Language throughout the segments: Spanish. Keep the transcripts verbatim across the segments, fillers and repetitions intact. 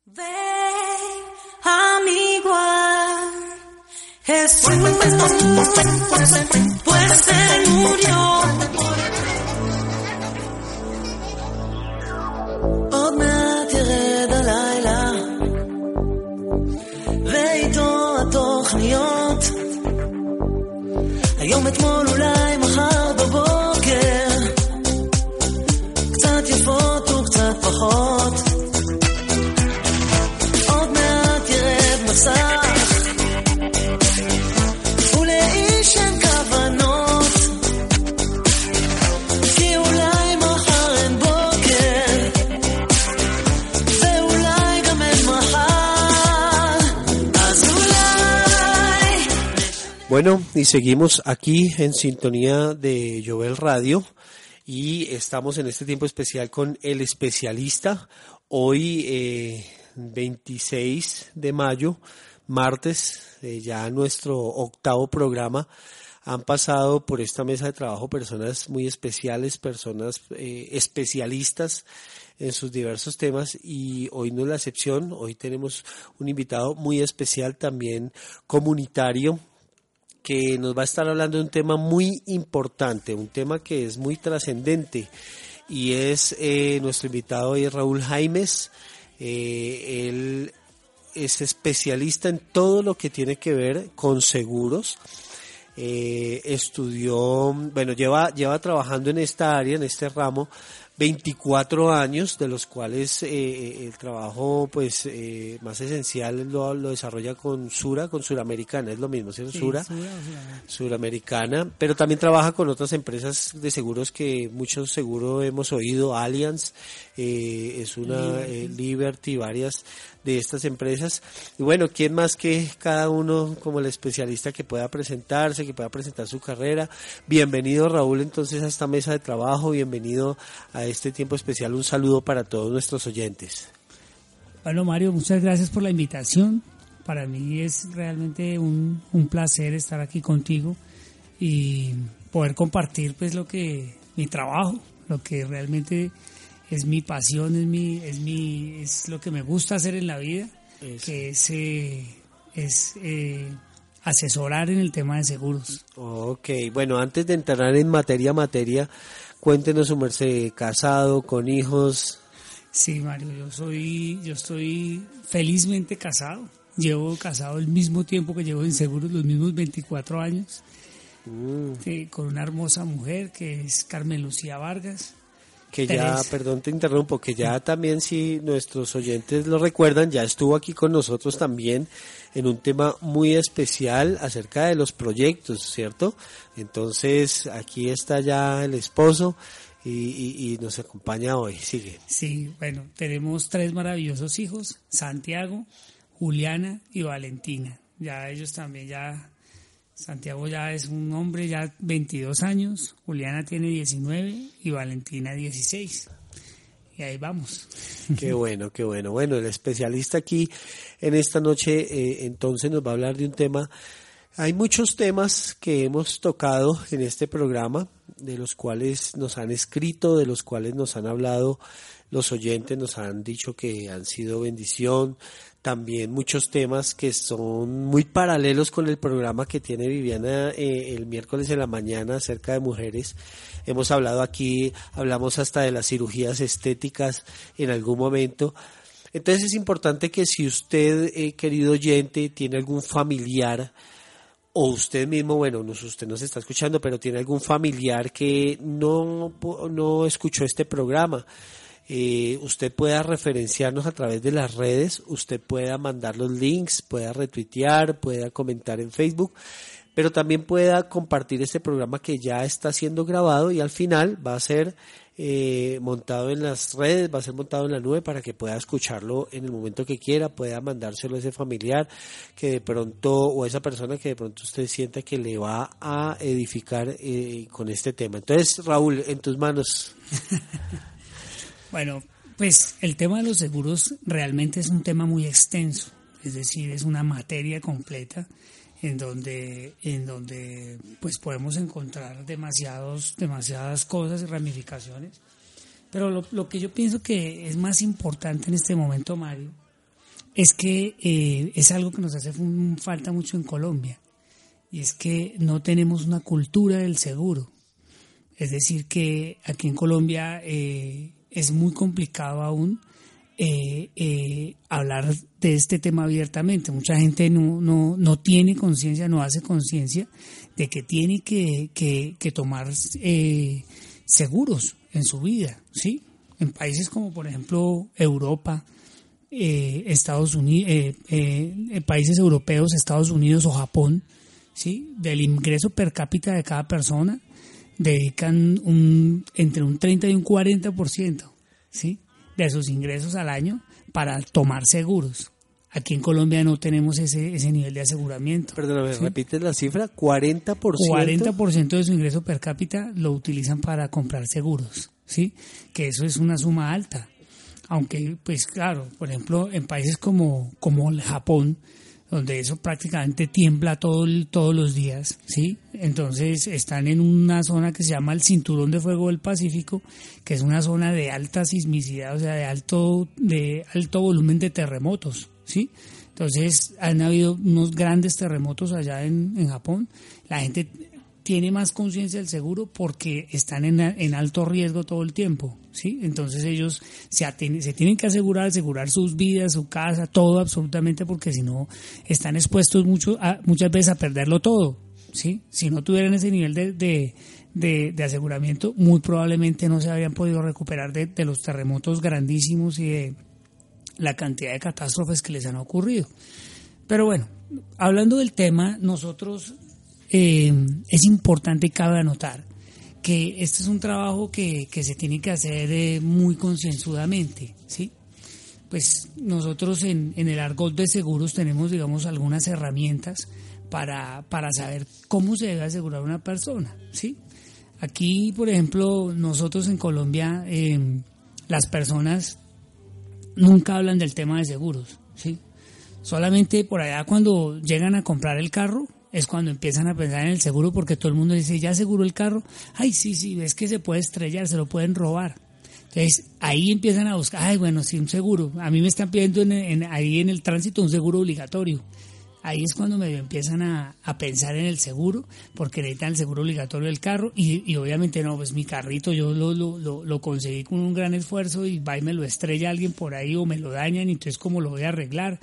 Ve a mi igual, Jesús, pues Él murió. עוד מעט ירד הלילה, ואיתו התוכניות, היום אתמול אולי מחר בבוקר, קצת יפות וקצת פחות. עוד מעט ירד מסך, ולאיש אין כוונות, כי אולי מחר אין בוקר, ואולי גם אין מחר, אז אולי. Bueno, y seguimos aquí en sintonía de Jovel Radio y estamos en este tiempo especial con el especialista. Hoy eh, veintiséis de mayo, martes, eh, ya nuestro octavo programa. Han pasado por esta mesa de trabajo personas muy especiales, personas eh, especialistas en sus diversos temas, y hoy no es la excepción. Hoy tenemos un invitado muy especial, también comunitario, que nos va a estar hablando de un tema muy importante, un tema que es muy trascendente, y es eh, nuestro invitado hoy es Raúl Jaimes. Eh, él es especialista en todo lo que tiene que ver con seguros. Eh, estudió, bueno, lleva, lleva trabajando en esta área, en este ramo, veinticuatro años, de los cuales eh, el trabajo pues eh, más esencial lo, lo desarrolla con Sura, con Suramericana, es lo mismo, ¿cierto? Sí, Sura, Sura, Suramericana, pero también trabaja con otras empresas de seguros que muchos seguro hemos oído, Allianz, eh, es una Liberty. Eh, Liberty, varias de estas empresas. Y bueno, ¿quién más que cada uno como el especialista que pueda presentarse, que pueda presentar su carrera? Bienvenido, Raúl, entonces a esta mesa de trabajo, bienvenido a este tiempo especial. Un saludo para todos nuestros oyentes. Bueno, Mario, muchas gracias por la invitación. Para mí es realmente un, un placer estar aquí contigo y poder compartir pues lo que mi trabajo, lo que realmente es mi pasión, es mi es mi es lo que me gusta hacer en la vida, Eso. que es eh, es eh, asesorar en el tema de seguros. Ok, bueno, antes de entrar en materia materia, cuéntenos, su merced, casado, con hijos. Sí, Mario, yo soy yo estoy felizmente casado. Llevo casado el mismo tiempo que llevo en seguros, los mismos veinticuatro años, mm. sí, con una hermosa mujer que es Carmen Lucía Vargas. Que ya, Teresa. Perdón te interrumpo, que ya también, si nuestros oyentes lo recuerdan, ya estuvo aquí con nosotros también en un tema muy especial acerca de los proyectos, ¿cierto? Entonces aquí está ya el esposo y, y, y nos acompaña hoy. Sigue. Sí, bueno, tenemos tres maravillosos hijos, Santiago, Juliana y Valentina. Ya ellos también ya... Santiago ya es un hombre, ya veintidós años, Juliana tiene diecinueve y Valentina dieciséis. Y ahí vamos. Qué bueno, qué bueno. Bueno, el especialista aquí en esta noche eh, entonces nos va a hablar de un tema. Hay muchos temas que hemos tocado en este programa, de los cuales nos han escrito, de los cuales nos han hablado los oyentes, nos han dicho que han sido bendición. También muchos temas que son muy paralelos con el programa que tiene Viviana eh, el miércoles en la mañana acerca de mujeres. Hemos hablado aquí, hablamos hasta de las cirugías estéticas en algún momento. Entonces es importante que si usted, eh, querido oyente, tiene algún familiar, o usted mismo, bueno, no, usted no se está escuchando, pero tiene algún familiar que no, no escuchó este programa, Eh, usted pueda referenciarnos a través de las redes, usted pueda mandar los links, pueda retuitear, pueda comentar en Facebook, pero también pueda compartir este programa que ya está siendo grabado y al final va a ser eh, montado en las redes, va a ser montado en la nube para que pueda escucharlo en el momento que quiera, pueda mandárselo a ese familiar que de pronto, o a esa persona que de pronto usted sienta que le va a edificar eh, con este tema. Entonces, Raúl, en tus manos. Bueno, pues el tema de los seguros realmente es un tema muy extenso, es decir, es una materia completa en donde en donde pues podemos encontrar demasiados demasiadas cosas y ramificaciones, pero lo, lo que yo pienso que es más importante en este momento, Mario, es que eh, es algo que nos hace fun- falta mucho en Colombia, y es que no tenemos una cultura del seguro. Es decir, que aquí en Colombia eh, es muy complicado aún eh, eh, hablar de este tema abiertamente. Mucha gente no, no, no tiene conciencia, no hace conciencia de que tiene que, que, que tomar eh, seguros en su vida, ¿sí? En países como, por ejemplo, Europa, eh, Estados Unidos, eh, eh, en países europeos, Estados Unidos o Japón, ¿sí? Del ingreso per cápita de cada persona, dedican un, entre un treinta y un cuarenta por ciento, ¿sí? de sus ingresos al año para tomar seguros. Aquí en Colombia no tenemos ese, ese nivel de aseguramiento. Perdóname, ¿sí? ¿repites la cifra? ¿cuarenta por ciento? cuarenta por ciento de su ingreso per cápita lo utilizan para comprar seguros, ¿sí? Que eso es una suma alta. Aunque, pues claro, por ejemplo, en países como, como el Japón, donde eso prácticamente tiembla todo el- todos los días, ¿sí? Entonces están en una zona que se llama el Cinturón de Fuego del Pacífico, que es una zona de alta sismicidad, o sea, de alto, de alto volumen de terremotos, ¿sí? Entonces han habido unos grandes terremotos allá en, en Japón. La gente tiene más conciencia del seguro porque están en, en alto riesgo todo el tiempo, ¿sí? Entonces ellos se, aten- se tienen que asegurar, asegurar sus vidas, su casa, todo absolutamente, porque si no están expuestos mucho a, muchas veces a perderlo todo, ¿sí? Si no tuvieran ese nivel de, de, de, de aseguramiento, muy probablemente no se habrían podido recuperar de, de los terremotos grandísimos y de la cantidad de catástrofes que les han ocurrido. Pero bueno, hablando del tema, nosotros eh, es importante y cabe anotar que este es un trabajo que, que se tiene que hacer eh, muy concienzudamente, ¿sí? Pues nosotros en, en el argot de seguros tenemos, digamos, algunas herramientas para, para saber cómo se debe asegurar una persona, ¿sí? Aquí, por ejemplo, nosotros en Colombia, eh, las personas nunca hablan del tema de seguros, ¿sí? Solamente por allá cuando llegan a comprar el carro es cuando empiezan a pensar en el seguro, porque todo el mundo dice, ¿ya aseguró el carro? Ay, sí, sí, ves que se puede estrellar, se lo pueden robar. Entonces ahí empiezan a buscar, ay, bueno, sí, un seguro. A mí me están pidiendo en, en, ahí en el tránsito un seguro obligatorio. Ahí es cuando medio empiezan a, a pensar en el seguro, porque necesitan el seguro obligatorio del carro y, y obviamente no, pues mi carrito yo lo, lo, lo, lo conseguí con un gran esfuerzo y va y me lo estrella alguien por ahí o me lo dañan y entonces ¿cómo lo voy a arreglar?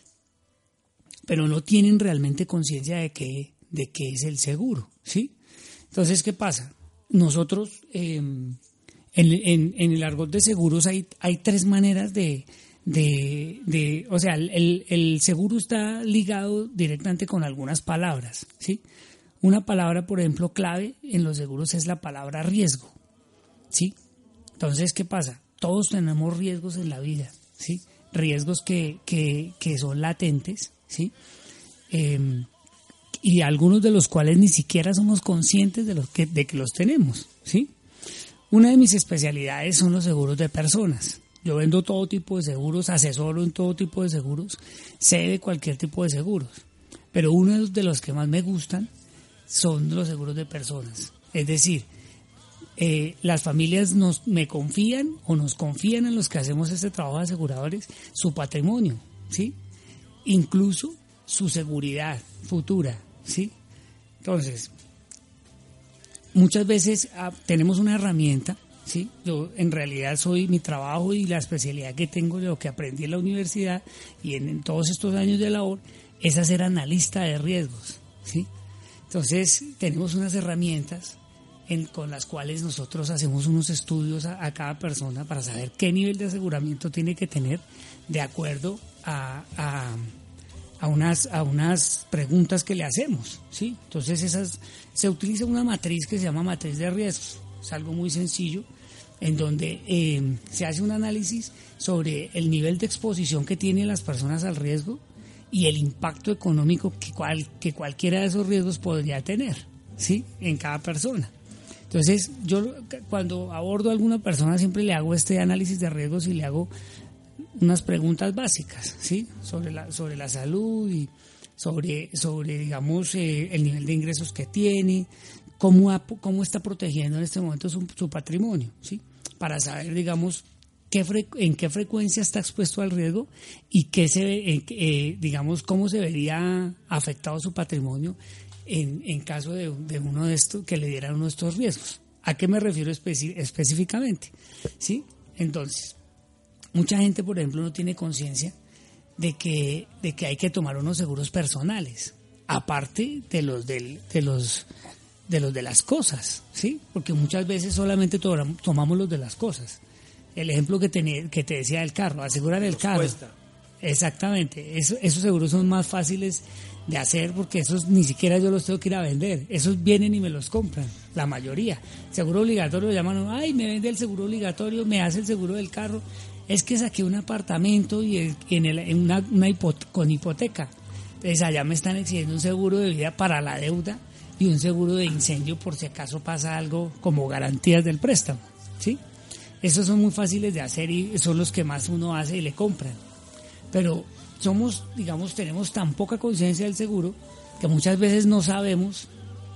Pero no tienen realmente conciencia de qué, de qué es el seguro, ¿sí? Entonces, ¿qué pasa? Nosotros, eh, en, en, en el argot de seguros hay, hay tres maneras de... De, de, o sea, el, el seguro está ligado directamente con algunas palabras, ¿sí? Una palabra, por ejemplo, clave en los seguros es la palabra riesgo, ¿sí? Entonces, ¿qué pasa? Todos tenemos riesgos en la vida, ¿sí? Riesgos que, que, que son latentes, ¿sí? Eh, y algunos de los cuales ni siquiera somos conscientes de, los que, de que los tenemos, ¿sí? Una de mis especialidades son los seguros de personas. Yo vendo todo tipo de seguros, asesoro en todo tipo de seguros, sé de cualquier tipo de seguros. Pero uno de los que más me gustan son los seguros de personas. Es decir, eh, las familias nos, me confían o nos confían en los que hacemos este trabajo de aseguradores su patrimonio, ¿sí? Incluso su seguridad futura, ¿sí? Entonces, muchas veces ah, tenemos una herramienta. Sí, yo en realidad soy mi trabajo y la especialidad que tengo, lo que aprendí en la universidad y en, en todos estos años de labor, es hacer analista de riesgos, ¿sí? Entonces tenemos unas herramientas en, con las cuales nosotros hacemos unos estudios a, a cada persona para saber qué nivel de aseguramiento tiene que tener de acuerdo a, a, a, unas, a unas preguntas que le hacemos, ¿sí? Entonces esas, se utiliza una matriz que se llama matriz de riesgos, es algo muy sencillo, en donde eh, se hace un análisis sobre el nivel de exposición que tienen las personas al riesgo y el impacto económico que, cual, que cualquiera de esos riesgos podría tener, ¿sí? En cada persona. Entonces, yo cuando abordo a alguna persona siempre le hago este análisis de riesgos y le hago unas preguntas básicas, ¿sí? Sobre la, sobre la salud y sobre, sobre digamos, eh, el nivel de ingresos que tiene, Cómo, ha, cómo está protegiendo en este momento su, su patrimonio, ¿sí? Para saber, digamos, qué fre- en qué frecuencia está expuesto al riesgo y qué se ve, en- eh, digamos, cómo se vería afectado su patrimonio en, en caso de, de uno de estos, que le dieran uno de estos riesgos. ¿A qué me refiero especi- específicamente? ¿Sí? Entonces, mucha gente, por ejemplo, no tiene conciencia de que, de que hay que tomar unos seguros personales, aparte de los del, de los de los de las cosas, ¿sí? Porque muchas veces solamente to- tomamos los de las cosas. El ejemplo que te, que te decía del carro, asegurar el Nos carro. cuesta. Exactamente, eso, esos seguros son más fáciles de hacer porque esos ni siquiera yo los tengo que ir a vender, esos vienen y me los compran, la mayoría. Seguro obligatorio, llaman, ay, me vende el seguro obligatorio, me hace el seguro del carro, es que saqué un apartamento y el- en, el, en una, una hipote- con hipoteca, entonces allá me están exigiendo un seguro de vida para la deuda y un seguro de incendio por si acaso pasa algo como garantías del préstamo, ¿sí? Esos son muy fáciles de hacer y son los que más uno hace y le compran. Pero somos, digamos, tenemos tan poca conciencia del seguro que muchas veces no sabemos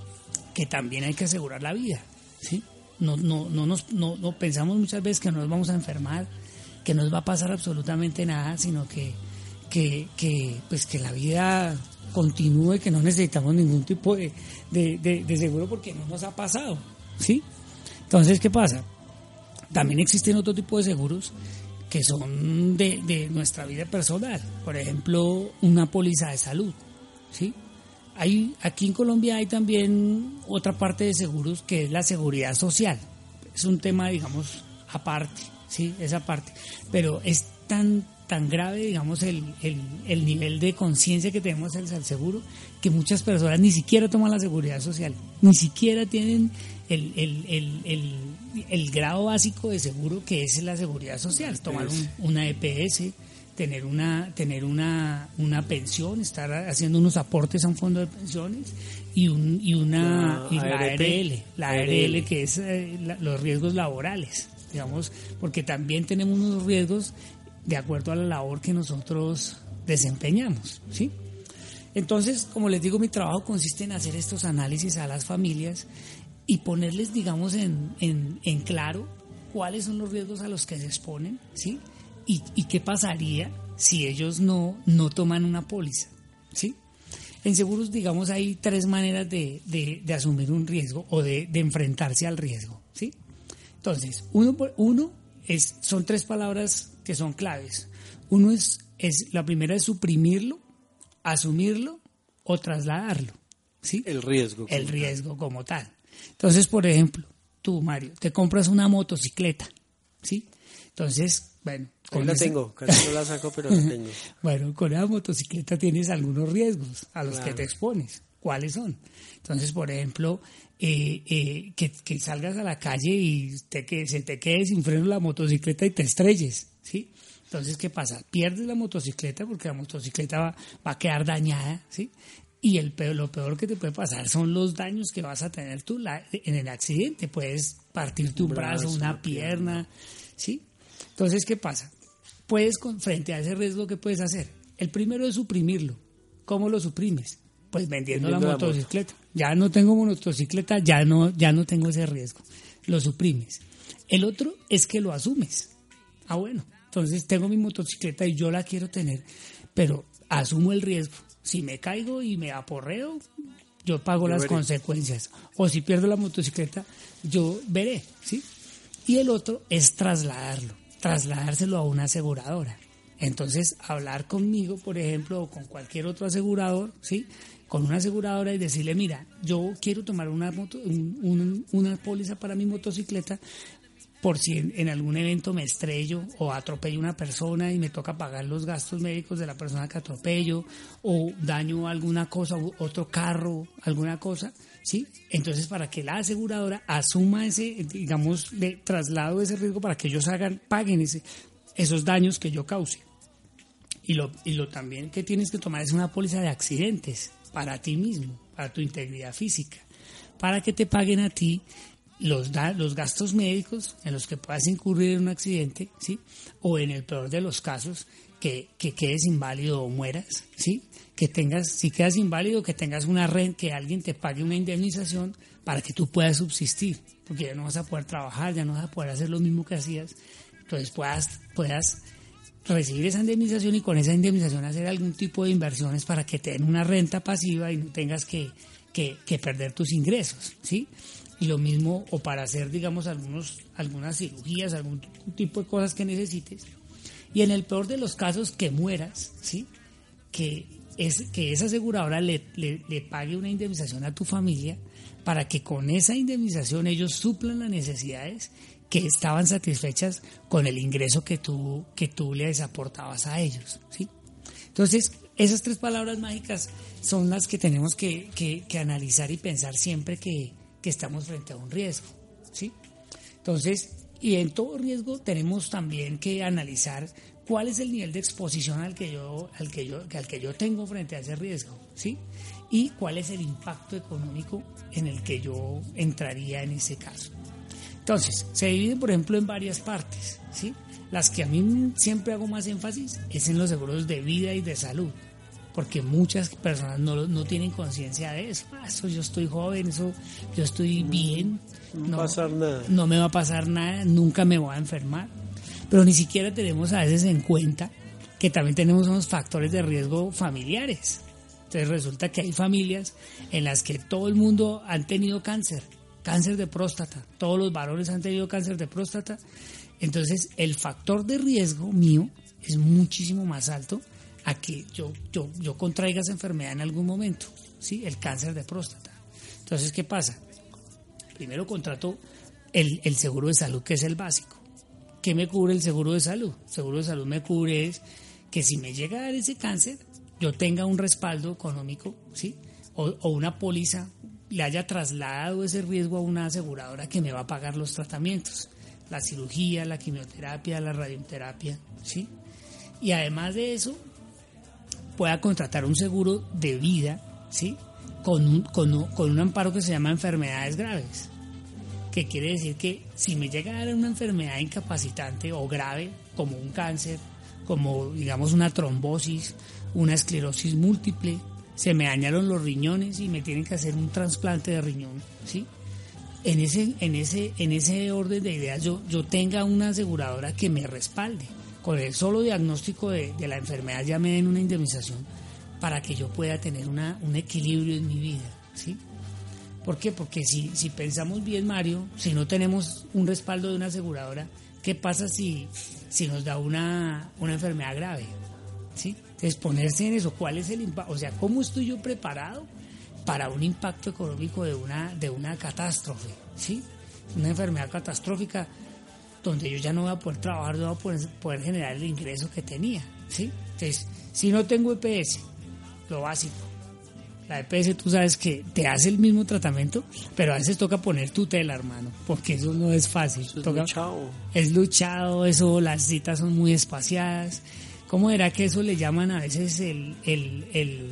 que también hay que asegurar la vida, ¿sí? No, no, no, nos, no, no pensamos muchas veces que no nos vamos a enfermar, que no nos va a pasar absolutamente nada, sino que, que, que, pues que la vida continúe, que no necesitamos ningún tipo de, de, de, de seguro porque no nos ha pasado, ¿sí? Entonces, ¿qué pasa? También existen otro tipo de seguros que son de, de nuestra vida personal. Por ejemplo, una póliza de salud, ¿sí? Hay, aquí en Colombia hay también otra parte de seguros que es la seguridad social. Es un tema, digamos, aparte, ¿sí? Esa parte. Pero es tan tan grave, digamos, el, el, el nivel de conciencia que tenemos al, al seguro, que muchas personas ni siquiera toman la seguridad social, ni siquiera tienen el, el, el, el, el grado básico de seguro que es la seguridad social, tomar un, una E P S, tener una tener una, una pensión, estar haciendo unos aportes a un fondo de pensiones y un y una La y la A R P. A R L, la A R L que es eh, la- los riesgos laborales, digamos, porque también tenemos unos riesgos de acuerdo a la labor que nosotros desempeñamos, ¿sí? Entonces, como les digo, mi trabajo consiste en hacer estos análisis a las familias y ponerles, digamos, en, en, en claro cuáles son los riesgos a los que se exponen, ¿sí? Y, y qué pasaría si ellos no, no toman una póliza, ¿sí? En seguros, digamos, hay tres maneras de, de, de asumir un riesgo o de, de enfrentarse al riesgo, ¿sí? Entonces, uno, por- uno es, son tres palabras que son claves. Uno es, es, la primera es suprimirlo, asumirlo o trasladarlo, ¿sí? El riesgo. El como riesgo como tal. Entonces, por ejemplo, tú, Mario, te compras una motocicleta, ¿sí? Entonces, bueno, tal. Ahí con la esa- tengo, casi no la saco, pero la tengo. bueno, con la motocicleta tienes algunos riesgos a los Claro. que te expones. ¿Cuáles son? Entonces, por ejemplo, eh, eh, que, que salgas a la calle y te, que se te quede sin freno la motocicleta y te estrelles, ¿sí? Entonces, ¿qué pasa? Pierdes la motocicleta porque la motocicleta va, va a quedar dañada, ¿sí? Y el peor, lo peor que te puede pasar son los daños que vas a tener tú la- en el accidente. Puedes partirte un Un brazo, brazo, una una pierna, ¿sí? Entonces, ¿qué pasa? Puedes, con, frente a ese riesgo, ¿qué puedes hacer? El primero es suprimirlo. ¿Cómo lo suprimes? Pues vendiendo, Vendiendo la la moto. motocicleta. Ya no tengo motocicleta, ya no, ya no tengo ese riesgo. Lo suprimes. El otro es que lo asumes. Ah, bueno, entonces tengo mi motocicleta y yo la quiero tener, pero asumo el riesgo. Si me caigo y me aporreo, yo pago Yo las veré. consecuencias. O si pierdo la motocicleta, yo veré, ¿sí? Y el otro es trasladarlo, trasladárselo a una aseguradora. Entonces, hablar conmigo, por ejemplo, o con cualquier otro asegurador, ¿sí? Con una aseguradora y decirle, mira, yo quiero tomar una, moto, un- un- una póliza para mi motocicleta por si en, en algún evento me estrello o atropello a una persona y me toca pagar los gastos médicos de la persona que atropello o daño alguna cosa, u- otro carro, alguna cosa, ¿sí? Entonces, para que la aseguradora asuma ese, digamos, de traslado ese riesgo para que ellos hagan, paguen ese, esos daños que yo cause. Y lo, y lo también que tienes que tomar es una póliza de accidentes para ti mismo, para tu integridad física, para que te paguen a ti los, da, los gastos médicos en los que puedas incurrir en un accidente, ¿sí? O en el peor de los casos, que, que quedes inválido o mueras, ¿sí? Que tengas, si quedas inválido, que tengas una renta, que alguien te pague una indemnización para que tú puedas subsistir, porque ya no vas a poder trabajar, ya no vas a poder hacer lo mismo que hacías. entonces puedas, puedas recibir esa indemnización y con esa indemnización hacer algún tipo de inversiones para que te den una renta pasiva y no tengas que, que, que perder tus ingresos, ¿sí? Y lo mismo, o para hacer, digamos, algunos, algunas cirugías, algún tipo de cosas que necesites. Y en el peor de los casos, que mueras, ¿sí? Que, es, que esa aseguradora le, le, le pague una indemnización a tu familia para que con esa indemnización ellos suplan las necesidades que estaban satisfechas con el ingreso que tú, que tú les aportabas a ellos, ¿sí? Entonces, esas tres palabras mágicas son las que tenemos que, que, que analizar y pensar siempre que, que estamos frente a un riesgo, ¿sí? Entonces, y en todo riesgo tenemos también que analizar cuál es el nivel de exposición al que yo, al que yo, al que yo tengo frente a ese riesgo, ¿sí? Y cuál es el impacto económico en el que yo entraría en ese caso. Entonces, se dividen, por ejemplo, en varias partes, ¿sí? Las que a mí siempre hago más énfasis es en los seguros de vida y de salud, porque muchas personas no, no tienen conciencia de eso. Ah, eso yo estoy joven, eso yo estoy bien, no, no, va a pasar nada. no me va a pasar nada, nunca me voy a enfermar. Pero ni siquiera tenemos a veces en cuenta que también tenemos unos factores de riesgo familiares. Entonces resulta que hay familias en las que todo el mundo han tenido cáncer, cáncer de próstata, todos los varones han tenido cáncer de próstata. Entonces el factor de riesgo mío es muchísimo más alto a que yo, yo, yo contraiga esa enfermedad en algún momento, ¿sí? El cáncer de próstata. Entonces, ¿qué pasa? Primero contrato el, el seguro de salud, que es el básico. ¿Qué me cubre el seguro de salud? El seguro de salud me cubre es que si me llega a dar ese cáncer, yo tenga un respaldo económico, ¿sí? O, o una póliza le haya trasladado ese riesgo a una aseguradora que me va a pagar los tratamientos, la cirugía, la quimioterapia, la radioterapia, ¿sí? Y además de eso, pueda contratar un seguro de vida, ¿sí? Con un, con, un, con un amparo que se llama enfermedades graves, que quiere decir que si me llega a dar una enfermedad incapacitante o grave, como un cáncer, como digamos una trombosis, una esclerosis múltiple, se me dañaron los riñones y me tienen que hacer un trasplante de riñón, ¿sí? En ese, en ese, en ese orden de ideas yo, yo tenga una aseguradora que me respalde. Con el solo diagnóstico de, de la enfermedad ya me den una indemnización para que yo pueda tener una, un equilibrio en mi vida, ¿sí? ¿Por qué? Porque si, si pensamos bien, Mario, si no tenemos un respaldo de una aseguradora, ¿qué pasa si, si nos da una, una enfermedad grave? ¿Sí? Entonces, ponerse en eso, ¿cuál es el impacto? O sea, ¿cómo estoy yo preparado para un impacto económico de una, de una catástrofe? ¿Sí? Una enfermedad catastrófica donde yo ya no voy a poder trabajar, no voy a poder, poder generar el ingreso que tenía, ¿sí? Entonces, si no tengo E P S, lo básico, la E P S tú sabes que te hace el mismo tratamiento, pero a veces toca poner tutela, hermano, porque eso no es fácil. Eso es toca, luchado. Es luchado, eso, las citas son muy espaciadas. ¿Cómo era que eso le llaman a veces el, el, el,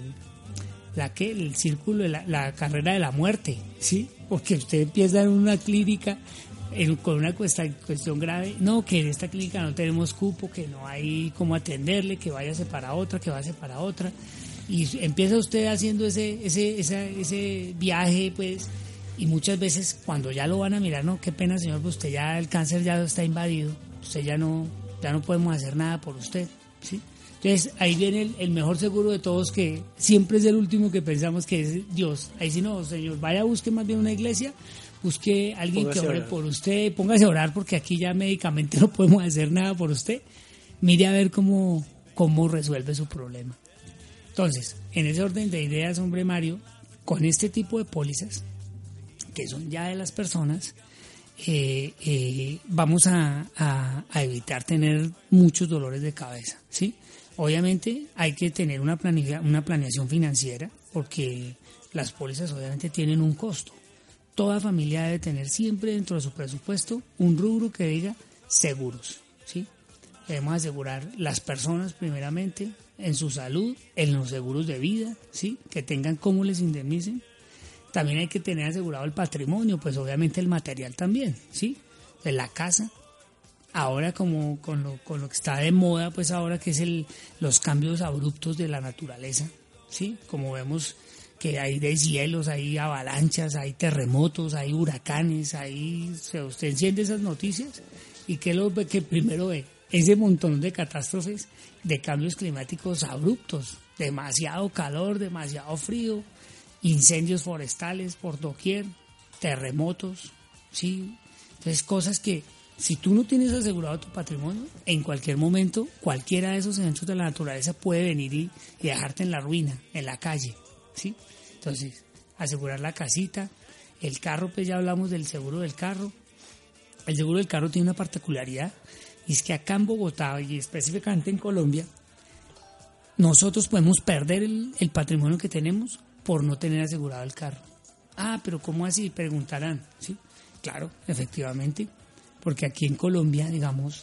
la que, el círculo, la, la carrera de la muerte, ¿sí? Porque usted empieza en una clínica en, con una cuestión, cuestión grave, no, que en esta clínica no tenemos cupo, que no hay cómo atenderle, que váyase para otra, que váyase para otra, y empieza usted haciendo ese, ese, esa, ese viaje, pues, y muchas veces cuando ya lo van a mirar, no, qué pena señor, pues usted ya, el cáncer ya está invadido, usted ya no, ya no podemos hacer nada por usted, ¿sí? Entonces ahí viene el, el mejor seguro de todos, que siempre es el último que pensamos, que es Dios. Ahí sí no, señor, vaya, busque más bien una iglesia, busque a alguien Póngase que ore a orar. por usted, póngase a orar, porque aquí ya médicamente no podemos hacer nada por usted. Mire a ver cómo, cómo resuelve su problema. Entonces, en ese orden de ideas, hombre Mario, con este tipo de pólizas, que son ya de las personas, eh, eh, vamos a, a, a evitar tener muchos dolores de cabeza, ¿sí? Obviamente hay que tener una, planilla, una planeación financiera, porque las pólizas obviamente tienen un costo. Toda familia debe tener siempre dentro de su presupuesto un rubro que diga seguros, ¿sí? Debemos asegurar las personas primeramente en su salud, en los seguros de vida, ¿sí? Que tengan cómo les indemnicen. También hay que tener asegurado el patrimonio, pues obviamente el material también, ¿sí? De la casa. Ahora como con lo, con lo que está de moda, pues ahora que es el los cambios abruptos de la naturaleza, ¿sí? Como vemos que hay deshielos, hay avalanchas, hay terremotos, hay huracanes, hay, o sea, usted enciende esas noticias ¿Y qué es lo que primero ve? Ese montón de catástrofes, de cambios climáticos abruptos, demasiado calor, demasiado frío, incendios forestales por doquier, terremotos, ¿sí? Entonces, cosas que si tú no tienes asegurado tu patrimonio, en cualquier momento, cualquiera de esos eventos de la naturaleza puede venir y, y dejarte en la ruina, en la calle, ¿sí? Entonces, asegurar la casita, el carro, pues ya hablamos del seguro del carro. El seguro del carro tiene una particularidad, y es que acá en Bogotá, y específicamente en Colombia, nosotros podemos perder el, el patrimonio que tenemos por no tener asegurado el carro. Ah, pero ¿cómo así? Preguntarán, ¿sí? Claro, efectivamente, porque aquí en Colombia, digamos,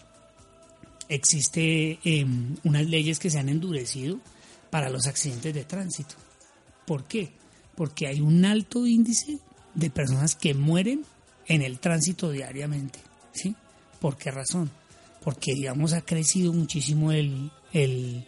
existe eh, unas leyes que se han endurecido para los accidentes de tránsito. ¿Por qué? Porque hay un alto índice de personas que mueren en el tránsito diariamente, ¿sí? ¿Por qué razón? Porque, digamos, ha crecido muchísimo el, el,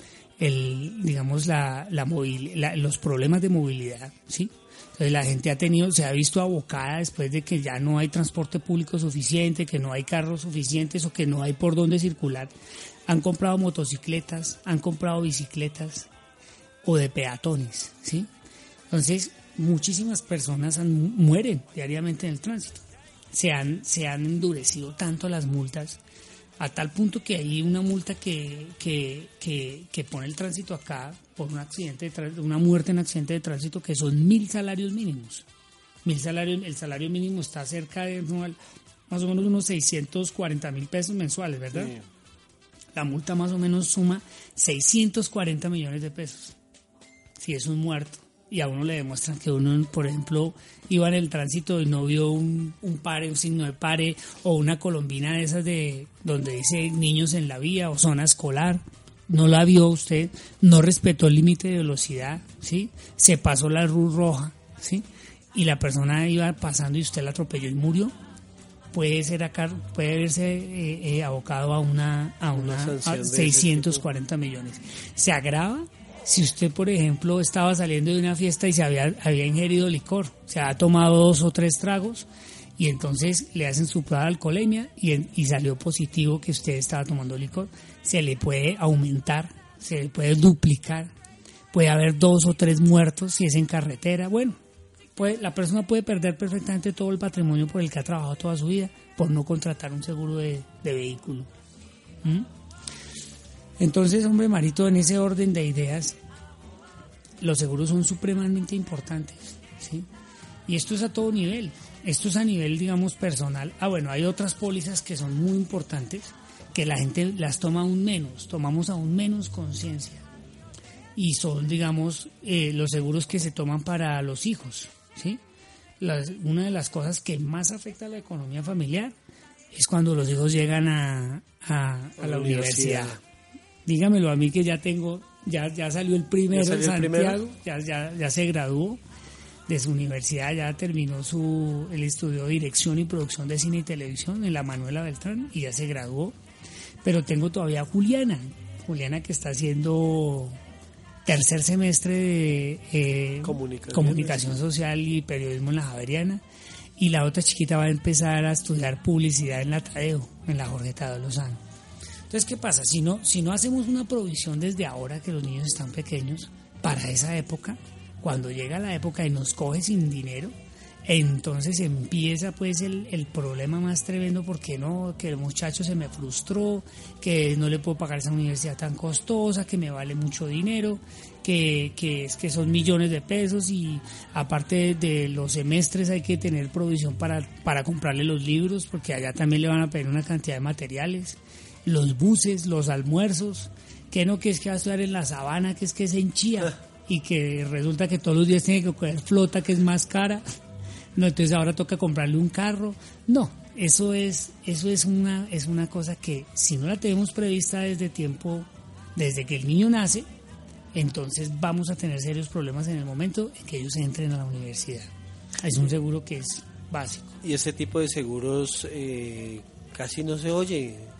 el digamos, la, la movil, la, los problemas de movilidad, ¿sí? Entonces la gente ha tenido, se ha visto abocada después de que ya no hay transporte público suficiente, que no hay carros suficientes o que no hay por dónde circular. Han comprado motocicletas, han comprado bicicletas o de peatones, ¿sí? Entonces, muchísimas personas han, mueren diariamente en el tránsito. Se han, se han endurecido tanto las multas, a tal punto que hay una multa que, que, que, que pone el tránsito acá por un accidente de tránsito, una muerte en accidente de tránsito, que son mil salarios mínimos. Mil salarios, el salario mínimo está cerca de no, más o menos unos seiscientos cuarenta mil pesos mensuales, ¿verdad? Sí. La multa más o menos suma seiscientos cuarenta millones de pesos. Si es un muerto. Y a uno le demuestran que uno, por ejemplo, iba en el tránsito y no vio un, un pare, un signo de pare, o una colombina de esas de donde dice niños en la vía o zona escolar. No la vio usted, no respetó el límite de velocidad, ¿sí? Se pasó la luz roja, ¿sí? Y la persona iba pasando y usted la atropelló y murió. Puede ser acá, puede verse eh, eh, abocado a una a una, una a seiscientos cuarenta millones. Se agrava si usted, por ejemplo, estaba saliendo de una fiesta y se había, había ingerido licor, se ha tomado dos o tres tragos y entonces le hacen su prueba de alcoholemia y, y salió positivo que usted estaba tomando licor, se le puede aumentar, se le puede duplicar, puede haber dos o tres muertos si es en carretera. Bueno, puede, la persona puede perder perfectamente todo el patrimonio por el que ha trabajado toda su vida por no contratar un seguro de, de vehículo. ¿Mm? Entonces, hombre Marito, en ese orden de ideas, los seguros son supremamente importantes, ¿sí? Y esto es a todo nivel, esto es a nivel, digamos, personal. Ah, bueno, hay otras pólizas que son muy importantes, que la gente las toma aún menos, tomamos aún menos conciencia. Y son, digamos, eh, los seguros que se toman para los hijos, ¿sí? Las, una de las cosas que más afecta a la economía familiar es cuando los hijos llegan a, a, a, a la universidad. universidad. Dígamelo a mí que ya tengo, ya ya salió el primero en Santiago, ya, ya ya se graduó de su universidad, ya terminó su el estudio de dirección y producción de cine y televisión en la Manuela Beltrán y ya se graduó. Pero tengo todavía a Juliana, Juliana que está haciendo tercer semestre de eh, comunicación, comunicación social y periodismo en la Javeriana, y la otra chiquita va a empezar a estudiar publicidad en la Tadeo, en la Jorge Tadeo Lozano. Entonces, ¿qué pasa? Si no, si no hacemos una provisión desde ahora que los niños están pequeños, para esa época, cuando llega la época y nos coge sin dinero, entonces empieza pues el, el problema más tremendo, porque no, que el muchacho se me frustró, que no le puedo pagar esa universidad tan costosa, que me vale mucho dinero, que, que es que son millones de pesos y aparte de, de los semestres hay que tener provisión para, para comprarle los libros, porque allá también le van a pedir una cantidad de materiales. Los buses, los almuerzos, que no, que es que va a estudiar en la sabana, que es que es en Chía, y que resulta que todos los días tiene que coger flota, que es más cara. No, entonces ahora toca comprarle un carro. No, eso es, eso es una, es una cosa que si no la tenemos prevista desde tiempo, desde que el niño nace, entonces vamos a tener serios problemas en el momento en que ellos entren a la universidad. Es un seguro que es básico. Y ese tipo de seguros eh, casi no se oye.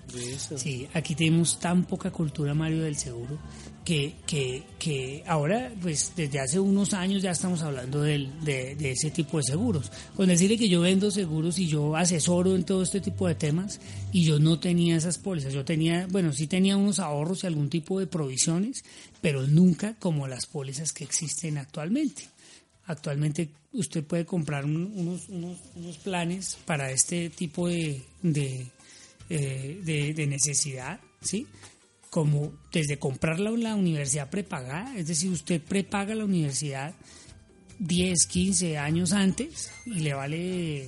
Eso. Sí, aquí tenemos tan poca cultura, Mario, del seguro, que, que, que ahora, pues desde hace unos años ya estamos hablando del, de, de ese tipo de seguros. Con decirle que yo vendo seguros y yo asesoro en todo este tipo de temas, y yo no tenía esas pólizas. Yo tenía, bueno, sí tenía unos ahorros y algún tipo de provisiones, pero nunca como las pólizas que existen actualmente. Actualmente usted puede comprar un, unos, unos, unos planes para este tipo de... de Eh, de, de necesidad, ¿sí? Como desde comprarla en la universidad prepagada, es decir, usted prepaga la universidad diez, quince años antes y le vale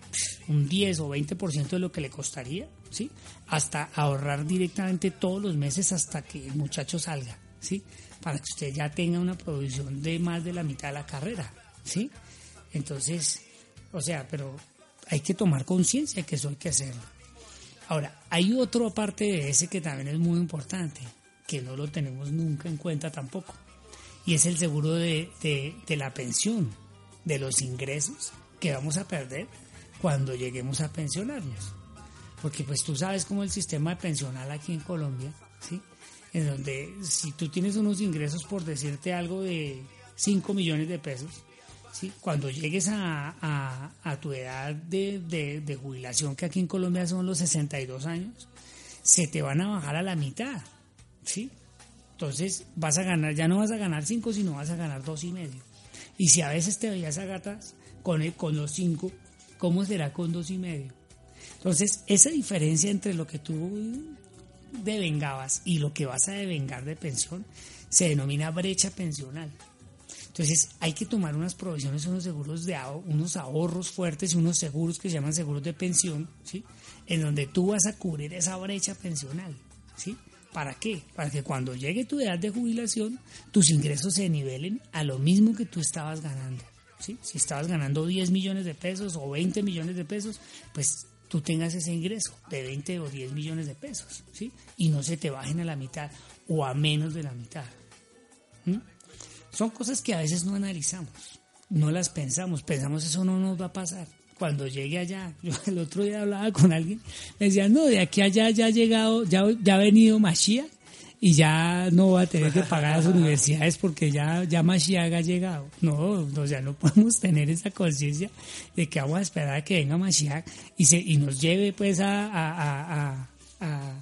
un diez o veinte por ciento de lo que le costaría, ¿sí? Hasta ahorrar directamente todos los meses hasta que el muchacho salga, ¿sí? Para que usted ya tenga una provisión de más de la mitad de la carrera, ¿sí? Entonces, o sea, pero hay que tomar conciencia que eso hay que hacerlo. Ahora, hay otro aparte de ese que también es muy importante, que no lo tenemos nunca en cuenta tampoco, y es el seguro de, de, de la pensión, de los ingresos que vamos a perder cuando lleguemos a pensionarnos. Porque pues tú sabes cómo el sistema pensional aquí en Colombia, ¿sí? En donde si tú tienes unos ingresos, por decirte algo, de cinco millones de pesos, ¿sí? Cuando llegues a, a, a tu edad de, de, de jubilación, que aquí en Colombia son los sesenta y dos años, se te van a bajar a la mitad, ¿sí? Entonces vas a ganar, ya no vas a ganar cinco, sino vas a ganar dos y medio. Y si a veces te veías a gatas con, el, con los cinco, ¿cómo será con dos y medio? Entonces esa diferencia entre lo que tú devengabas y lo que vas a devengar de pensión se denomina brecha pensional. Entonces hay que tomar unas provisiones, unos seguros de ahorro, unos ahorros fuertes y unos seguros que se llaman seguros de pensión, ¿sí? En donde tú vas a cubrir esa brecha pensional, ¿sí? ¿Para qué? Para que cuando llegue tu edad de jubilación, tus ingresos se nivelen a lo mismo que tú estabas ganando, ¿sí? Si estabas ganando diez millones de pesos o veinte millones de pesos, pues tú tengas ese ingreso de veinte o diez millones de pesos, ¿sí? Y no se te bajen a la mitad o a menos de la mitad. ¿Mm? Son cosas que a veces no analizamos, no las pensamos, pensamos eso no nos va a pasar. Cuando llegue allá, yo el otro día hablaba con alguien, me decía, no, de aquí a allá ya ha llegado, ya, ya ha venido Mashiach y ya no va a tener que pagar las universidades porque ya, ya Mashiach ha llegado. No, o sea, no podemos tener esa conciencia de que vamos a esperar a que venga Mashiach y, se, y nos lleve pues a... a, a, a, a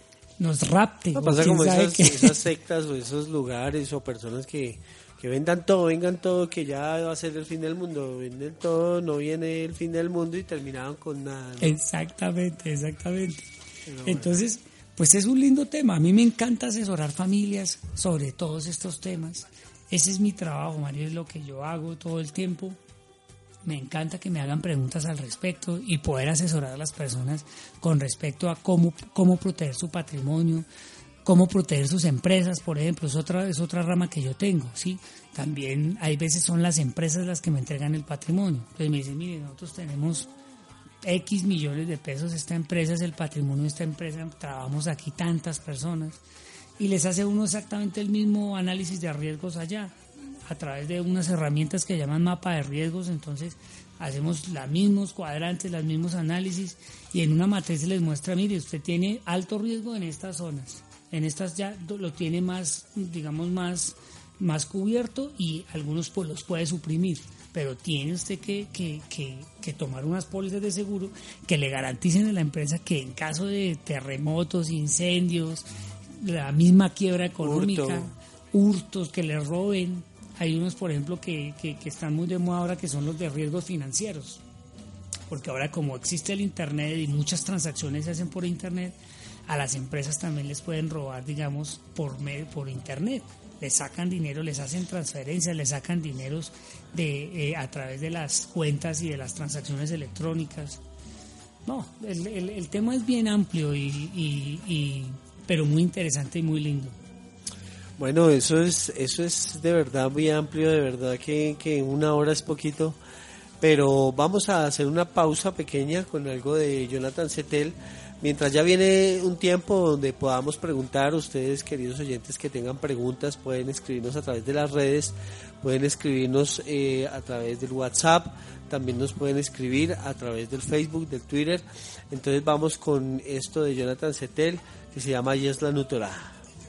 nos rapte. No, pasa como esas, esas sectas o esos lugares o personas que, que vendan todo, vengan todo, que ya va a ser el fin del mundo, venden todo, no viene el fin del mundo y terminaron con nada, ¿no? Exactamente, exactamente. Pero entonces, bueno, pues es un lindo tema. A mí me encanta asesorar familias sobre todos estos temas. Ese es mi trabajo, Mario, es lo que yo hago todo el tiempo. Me encanta que me hagan preguntas al respecto y poder asesorar a las personas con respecto a cómo, cómo proteger su patrimonio, cómo proteger sus empresas, por ejemplo, es otra, es otra rama que yo tengo, ¿sí? También hay veces son las empresas las que me entregan el patrimonio. Entonces me dicen, mire, nosotros tenemos X millones de pesos, esta empresa es el patrimonio de esta empresa, trabajamos aquí tantas personas, y les hace uno exactamente el mismo análisis de riesgos allá, a través de unas herramientas que llaman mapa de riesgos. Entonces hacemos los mismos cuadrantes, los mismos análisis, y en una matriz se les muestra, mire, usted tiene alto riesgo en estas zonas, en estas ya lo tiene más, digamos, más, más cubierto, y algunos pues los puede suprimir, pero tiene usted que, que, que, que tomar unas pólizas de seguro que le garanticen a la empresa que en caso de terremotos, incendios, la misma quiebra económica, Hurto. hurtos, que le roben. Hay unos, por ejemplo, que, que, que están muy de moda ahora, que son los de riesgos financieros, porque ahora como existe el Internet y muchas transacciones se hacen por Internet, a las empresas también les pueden robar, digamos, por medio, por Internet. Les sacan dinero, les hacen transferencias, les sacan dineros de, eh, a través de las cuentas y de las transacciones electrónicas. No, el, el, el tema es bien amplio, y, y, y, pero muy interesante y muy lindo. Bueno, eso es eso es de verdad muy amplio, de verdad que, que una hora es poquito, pero vamos a hacer una pausa pequeña con algo de Jonathan Settel mientras ya viene un tiempo donde podamos preguntar, ustedes queridos oyentes que tengan preguntas pueden escribirnos a través de las redes, pueden escribirnos eh, a través del WhatsApp, también nos pueden escribir a través del Facebook, del Twitter. Entonces vamos con esto de Jonathan Settel que se llama Yeslanu Torah.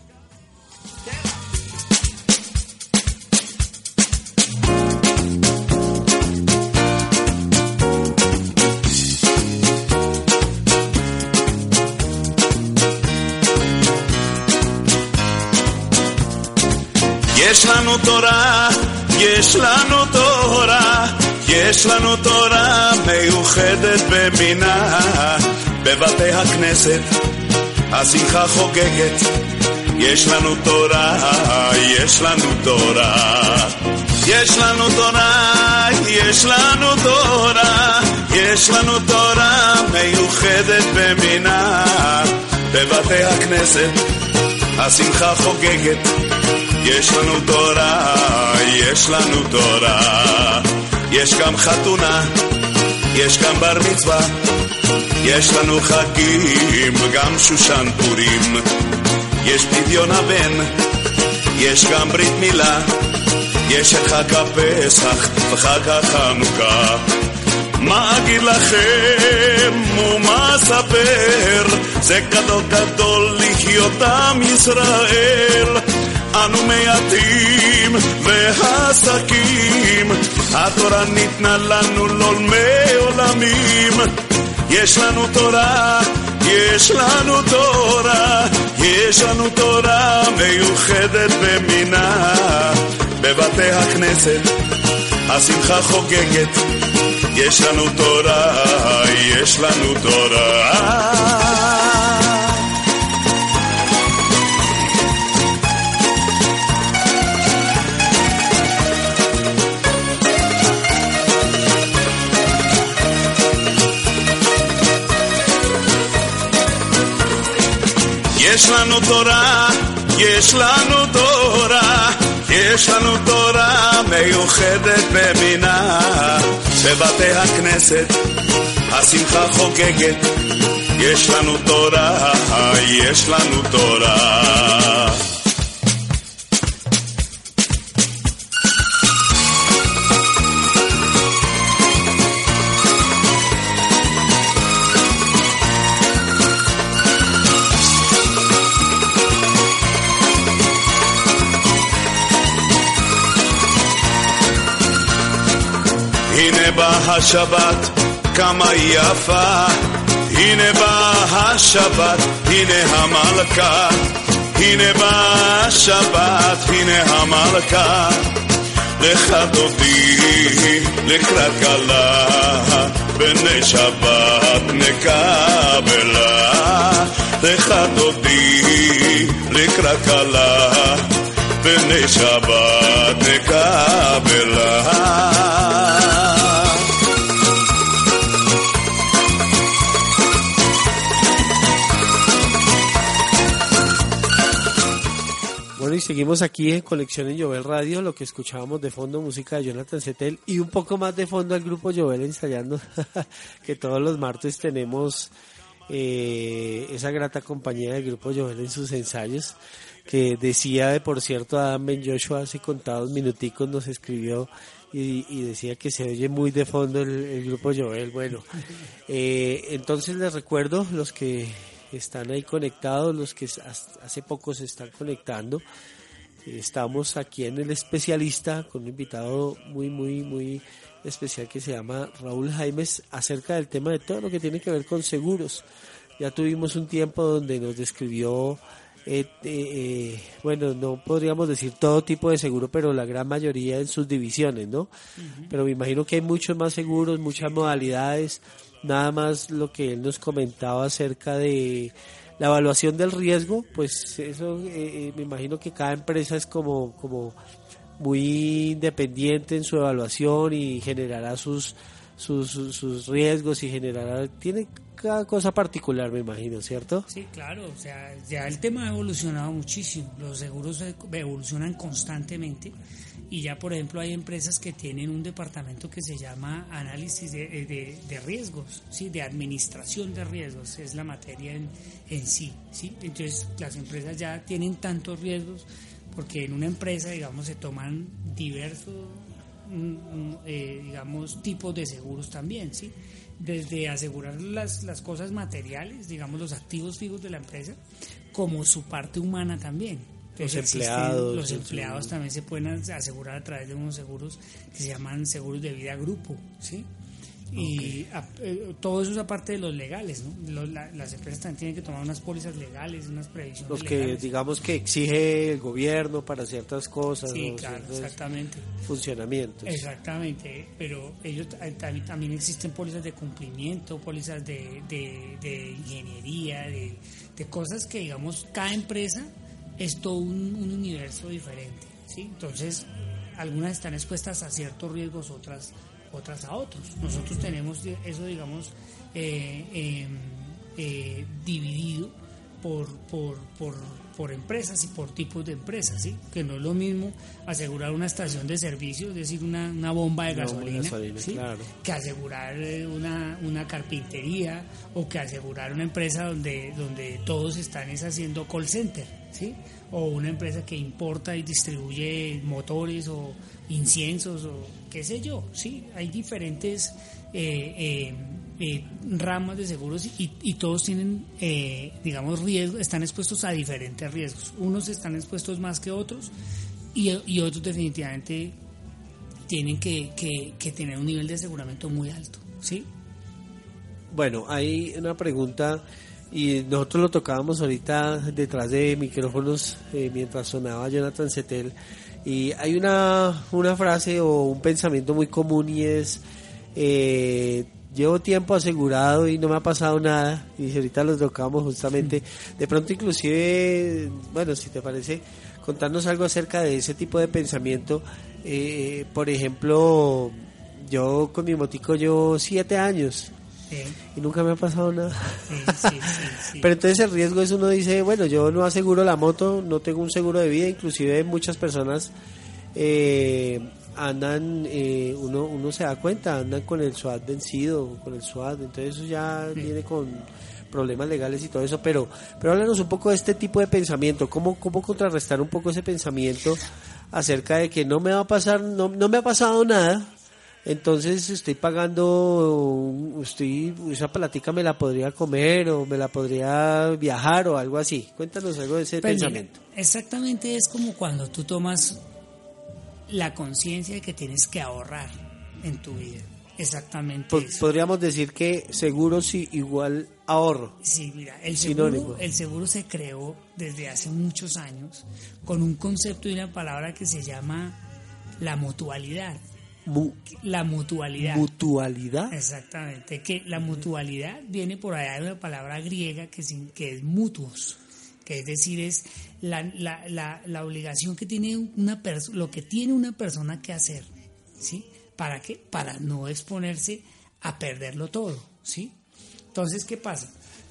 יש לנו תורה, יש לנו תורה, יש לנו תורה מיוחדת במינה. בבתי הכנסת השמחה חוגגת, יש לנו תורה, יש לנו תורה. יש לנו תורה, יש לנו תורה, יש לנו תורה מיוחדת במינה. בבתי הכנסת השמחה חוגגת, יש לנו תורה, יש לנו תורה. יש גם חתונה, יש גם בר מצווה, יש לנו חגים, גם שושן פורים. יש פדיון הבן, יש גם ברית מילה, יש את חג הפסח וחג החנוכה. מה אגיד לכם ומה אספר, זה גדול גדול לחיות עם ישראל. אנו מעטים ועסקים, התורה ניתנה לנו לעולמי עולמים. יש לנו תורה, יש לנו תורה, יש לנו תורה מיוחדת במינה. בבתי הכנסת השמחה חוגגת, יש לנו תורה, יש לנו תורה. יש לנו תורה, יש לנו תורה, יש לנו תורה מיוחדת במינה. בבתי הכנסת השמחה חוגגת, יש לנו תורה, יש לנו תורה. הנה באה השבת, כמה יפה, הנה באה השבת, הנה המלכה, הנה באה השבת, הנה המלכה. לך דודי לקראת כלה, בני שבת נקבלה. לך דודי לקראת כלה, בני שבת נקבלה. Bueno, y seguimos aquí en Conexión en Jovel Radio, lo que escuchábamos de fondo, música de Jonathan Settel, y un poco más de fondo al grupo Jovel ensayando, que todos los martes tenemos eh, esa grata compañía del grupo Jovel en sus ensayos, que decía, de por cierto, Adam Ben Joshua hace contados minuticos nos escribió y, y decía que se oye muy de fondo el, el grupo Jovel. Bueno, eh, entonces les recuerdo, los que están ahí conectados, los que hace poco se están conectando, estamos aquí en El Especialista con un invitado muy muy muy especial que se llama Raúl Jaimes, acerca del tema de todo lo que tiene que ver con seguros. Ya tuvimos un tiempo donde nos describió eh, eh, bueno, no podríamos decir todo tipo de seguro, pero la gran mayoría en sus divisiones, ¿no? Uh-huh. Pero me imagino que hay muchos más seguros, muchas modalidades. Nada más lo que él nos comentaba acerca de la evaluación del riesgo, pues eso eh, me imagino que cada empresa es como como muy independiente en su evaluación y generará sus sus, sus, sus riesgos y generará, tiene cada cosa particular, me imagino, ¿cierto? Sí, claro, o sea, ya el tema ha evolucionado muchísimo, los seguros evolucionan constantemente Y ya, por ejemplo, hay empresas que tienen un departamento que se llama análisis de, de, de riesgos, ¿sí? De administración de riesgos, es la materia en, en sí, ¿sí? Entonces, las empresas ya tienen tantos riesgos porque en una empresa, digamos, se toman diversos, eh, digamos, tipos de seguros también, ¿sí? Desde asegurar las, las cosas materiales, digamos, los activos fijos de la empresa, como su parte humana también. Entonces, los empleados. Los empleados también se pueden asegurar a través de unos seguros que se llaman seguros de vida grupo, ¿sí? Y a, eh, todo eso es aparte de los legales, ¿no? Los, la, las empresas también tienen que tomar unas pólizas legales, unas previsiones los que legales. Digamos que exige el gobierno para ciertas cosas, sí, ¿no? claro, Ciertos exactamente. funcionamientos. Exactamente, pero ellos también, también existen pólizas de cumplimiento, pólizas de, de, de ingeniería, de, de cosas que, digamos, cada empresa es todo un, un universo diferente, ¿sí? Entonces, algunas están expuestas a ciertos riesgos, otras otras a otros. Nosotros tenemos eso, digamos, eh, eh, eh, dividido por, por, por, por empresas y por tipos de empresas, ¿sí? Que no es lo mismo asegurar una estación de servicio, es decir, una, una bomba de gasolina, gasolina, ¿sí? Claro. Que asegurar una, una carpintería, o que asegurar una empresa donde, donde todos están es haciendo call center, ¿sí? O una empresa que importa y distribuye motores o inciensos o qué sé yo, ¿sí? Hay diferentes eh, eh, eh, ramas de seguros y, y todos tienen, eh, digamos, riesgos, están expuestos a diferentes riesgos. Unos están expuestos más que otros y, y otros definitivamente tienen que, que, que tener un nivel de aseguramiento muy alto, ¿sí? Bueno, hay una pregunta y nosotros lo tocábamos ahorita detrás de micrófonos eh, mientras sonaba Jonathan Settel, y hay una, una frase o un pensamiento muy común y es eh, llevo tiempo asegurado y no me ha pasado nada, y si ahorita lo tocamos justamente, de pronto inclusive, bueno, si te parece, contarnos algo acerca de ese tipo de pensamiento. Eh, por ejemplo, yo con mi motico llevo siete años Sí. y nunca me ha pasado nada. Sí, sí, sí, sí. Pero entonces el riesgo es, uno dice, bueno, yo no aseguro la moto, no tengo un seguro de vida, inclusive muchas personas eh, andan, eh, uno uno se da cuenta, andan con el SWAT vencido, con el SWAT, entonces eso ya sí. viene con problemas legales y todo eso, pero pero háblanos un poco de este tipo de pensamiento, cómo cómo contrarrestar un poco ese pensamiento acerca de que no me va a pasar, no no me ha pasado nada. Entonces estoy pagando, estoy, esa platica me la podría comer o me la podría viajar o algo así. Cuéntanos algo de ese pues pensamiento. Mira, exactamente es como cuando tú tomas la conciencia de que tienes que ahorrar en tu vida. Exactamente Pod- eso. Podríamos decir que seguro sí igual ahorro. Sí, mira, el seguro, Sinónimo. el seguro se creó desde hace muchos años con un concepto y una palabra que se llama la mutualidad. Mu- La mutualidad. mutualidad. Exactamente, que la mutualidad viene por allá de una palabra griega que, sin, que es mutuos, que es decir, es la, la, la, la obligación que tiene una persona, lo que tiene una persona que hacer, ¿sí? ¿Para qué? Para no exponerse a perderlo todo, ¿sí? Entonces, ¿qué pasa?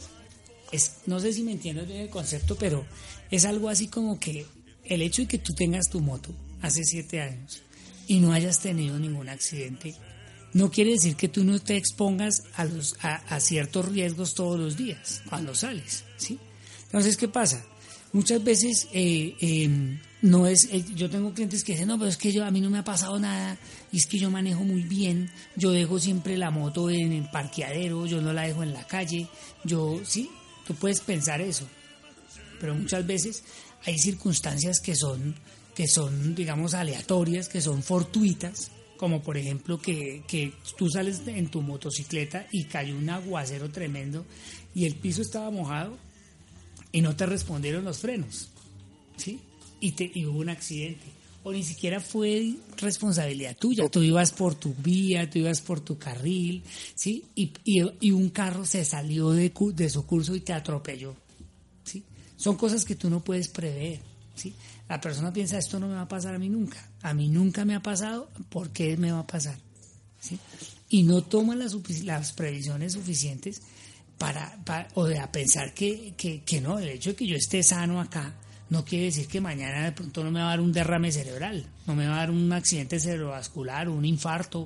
Es, no sé si me entiendes bien el concepto, pero es algo así como que el hecho de que tú tengas tu moto hace siete años y no hayas tenido ningún accidente, no quiere decir que tú no te expongas a, los, a, a ciertos riesgos todos los días cuando sales, ¿sí? Entonces, ¿qué pasa? Muchas veces eh, eh, no es, eh, yo tengo clientes que dicen, no, pero es que yo, a mí no me ha pasado nada, y es que yo manejo muy bien, yo dejo siempre la moto en el parqueadero, yo no la dejo en la calle, yo, sí, tú puedes pensar eso, pero muchas veces hay circunstancias que son que son, digamos, aleatorias, que son fortuitas, como por ejemplo que, que tú sales en tu motocicleta y cayó un aguacero tremendo y el piso estaba mojado y no te respondieron los frenos, ¿sí? Y, te, y hubo un accidente. O ni siquiera fue responsabilidad tuya, tú ibas por tu vía, tú ibas por tu carril, ¿sí? Y, y, y un carro se salió de, de su curso y te atropelló, ¿sí? Son cosas que tú no puedes prever, ¿sí? La persona piensa, esto no me va a pasar a mí nunca, a mí nunca me ha pasado, ¿por qué me va a pasar? ¿Sí? Y no toma las, las previsiones suficientes para, para o de a pensar que, que, que no, el hecho de que yo esté sano acá no quiere decir que mañana de pronto no me va a dar un derrame cerebral, no me va a dar un accidente cerebrovascular o un infarto.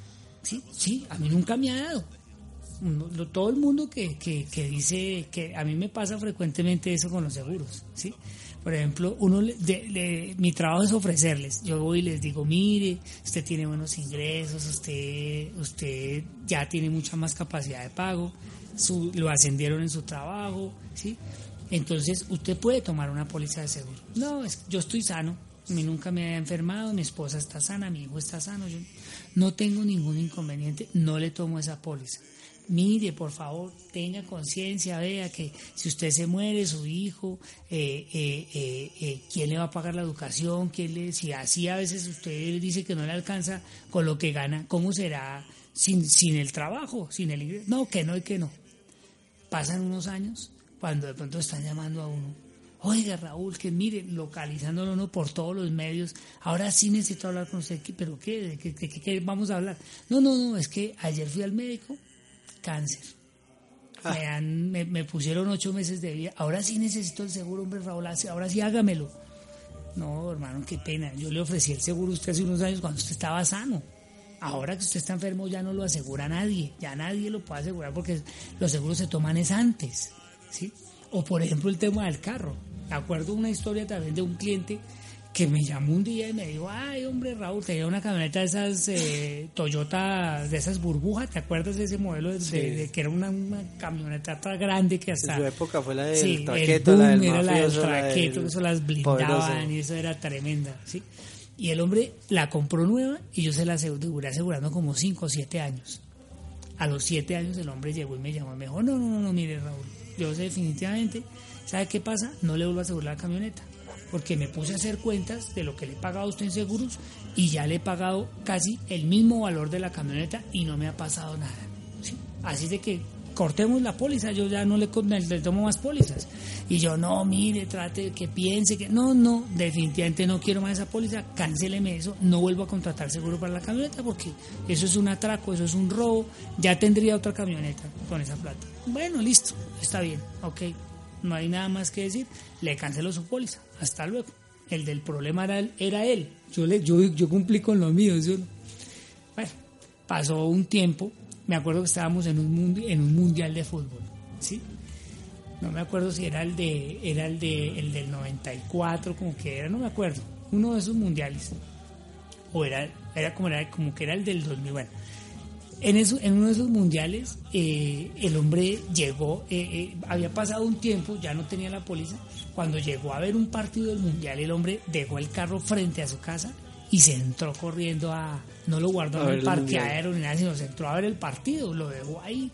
Sí, sí, a mí nunca me ha dado. Todo el mundo que, que, que dice que a mí me pasa frecuentemente eso con los seguros, ¿sí? Por ejemplo, uno de, de, mi trabajo es ofrecerles. Yo voy y les digo, mire, usted tiene buenos ingresos, usted usted ya tiene mucha más capacidad de pago, su, lo ascendieron en su trabajo, ¿sí? Entonces, usted puede tomar una póliza de seguro. No, es, yo estoy sano, a mí nunca me he enfermado, mi esposa está sana, mi hijo está sano, yo no tengo ningún inconveniente, no le tomo esa póliza. Mire, por favor, tenga conciencia, vea que si usted se muere, su hijo, eh, eh, eh, eh, ¿quién le va a pagar la educación? ¿Quién le, si así a veces usted dice que no le alcanza con lo que gana, ¿cómo será sin, sin el trabajo, sin el ingreso? No, que no y que no. Pasan unos años cuando de pronto están llamando a uno. Oiga, Raúl, que mire, localizándolo uno por todos los medios, ahora sí necesito hablar con usted, ¿pero qué? ¿De qué, qué, qué vamos a hablar? No, no, no, es que ayer fui al médico, cáncer. Ah. Me, han, me, me pusieron ocho meses de vida. Ahora sí necesito el seguro, hombre, Raúl. Ahora sí hágamelo. No, hermano, qué pena. Yo le ofrecí el seguro a usted hace unos años cuando usted estaba sano. Ahora que usted está enfermo ya no lo asegura nadie. Ya nadie lo puede asegurar porque los seguros se toman es antes, ¿sí? O por ejemplo el tema del carro. Me acuerdo una historia también de un cliente que me llamó un día y me dijo, ay, hombre, Raúl, tenía una camioneta de esas eh, Toyota, de esas burbujas, ¿te acuerdas de ese modelo? De, sí. de, de que era una, una camioneta tan grande que hasta... En su época fue la del sí, traqueto, boom, la del era mafioso, la del traqueto, la del eso las blindaban poderoso. Y eso era tremenda, ¿sí? Y el hombre la compró nueva y yo se la duré asegurando como cinco o siete años. A los siete años el hombre llegó y me llamó y me dijo, no, no, no, no, mire, Raúl, yo sé definitivamente, ¿sabe qué pasa? No le vuelvo a asegurar la camioneta. Porque me puse a hacer cuentas de lo que le he pagado a usted en seguros y ya le he pagado casi el mismo valor de la camioneta y no me ha pasado nada, ¿sí? Así de que cortemos la póliza, yo ya no le, le tomo más pólizas. Y yo, no, mire, trate que piense que... No, no, definitivamente no quiero más esa póliza, cancéleme eso, no vuelvo a contratar seguro para la camioneta porque eso es un atraco, eso es un robo, ya tendría otra camioneta con esa plata. Bueno, listo, está bien, ok. No hay nada más que decir, le canceló su póliza, hasta luego. El del problema era, era él, yo, le, yo, yo cumplí con lo mío. Yo, bueno, pasó un tiempo, me acuerdo que estábamos en un, mundi, en un mundial de fútbol, ¿sí? No me acuerdo si era el de era el de el del noventa y cuatro, como que era, no me acuerdo, uno de esos mundiales, o era, era, como, era como que era el del dos mil, bueno. En, eso, en uno de esos mundiales, eh, el hombre llegó, eh, eh, había pasado un tiempo, ya no tenía la póliza. Cuando llegó a ver un partido del mundial, el hombre dejó el carro frente a su casa y se entró corriendo a... No lo guardó en el parqueadero ni nada, sino se entró a ver el partido, lo dejó ahí.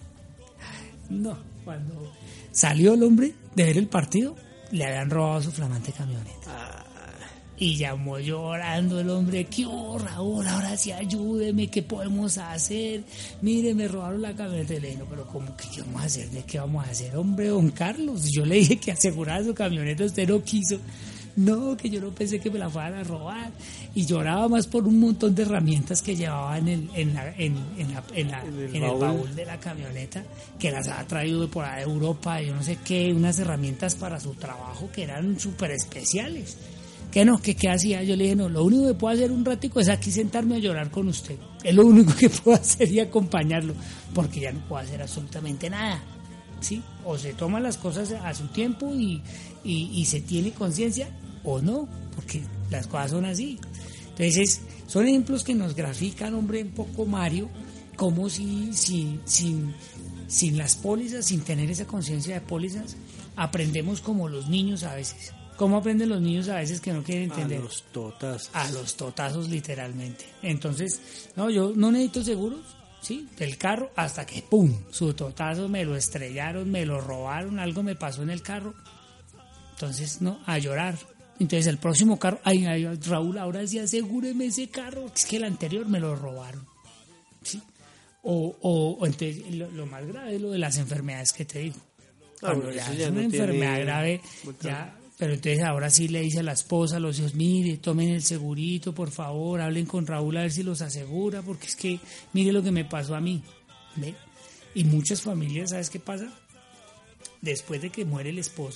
No, cuando salió el hombre de ver el partido, le habían robado su flamante camioneta. Y llamó llorando el hombre, ¿qué oh, Raúl? Ahora sí ayúdeme, ¿qué podemos hacer? Mire, me robaron la camioneta. Y le dije, no, pero ¿cómo que qué vamos a hacer? ¿De qué vamos a hacer, hombre, don Carlos? Yo le dije que asegurara su camioneta, usted no quiso. No, que yo no pensé que me la fueran a robar. Y lloraba más por un montón de herramientas que llevaba en el, en la, en, en la, en la, en el, en baúl. el baúl de la camioneta, que las había traído de por ahí de Europa, yo no sé qué, unas herramientas para su trabajo que eran súper especiales. Que no, que qué hacía, yo le dije, no, lo único que puedo hacer un ratico es aquí sentarme a llorar con usted, es lo único que puedo hacer y acompañarlo, porque ya no puedo hacer absolutamente nada, ¿sí? O se toman las cosas a su tiempo y, y, y se tiene conciencia, o no, porque las cosas son así. Entonces, son ejemplos que nos grafican, hombre, un poco, Mario, como si, si sin, sin las pólizas, sin tener esa conciencia de pólizas, aprendemos como los niños a veces. ¿Cómo aprenden los niños a veces que no quieren entender? A los totazos. A los totazos, literalmente. Entonces, no, yo no necesito seguros, ¿sí? Del carro hasta que, ¡pum!, su totazo, me lo estrellaron, me lo robaron, algo me pasó en el carro. Entonces, no, a llorar. Entonces, el próximo carro, ay, ay, Raúl, ahora sí asegúreme ese carro, es que el anterior me lo robaron, ¿sí? O, o, o entonces, lo, lo más grave es lo de las enfermedades que te digo. Cuando ya es una enfermedad grave, ya... Pero entonces ahora sí le dice a la esposa, a los hijos, mire, tomen el segurito, por favor, hablen con Raúl a ver si los asegura, porque es que mire lo que me pasó a mí, ¿ve? Y muchas familias, ¿sabes qué pasa? Después de que muere el esposo,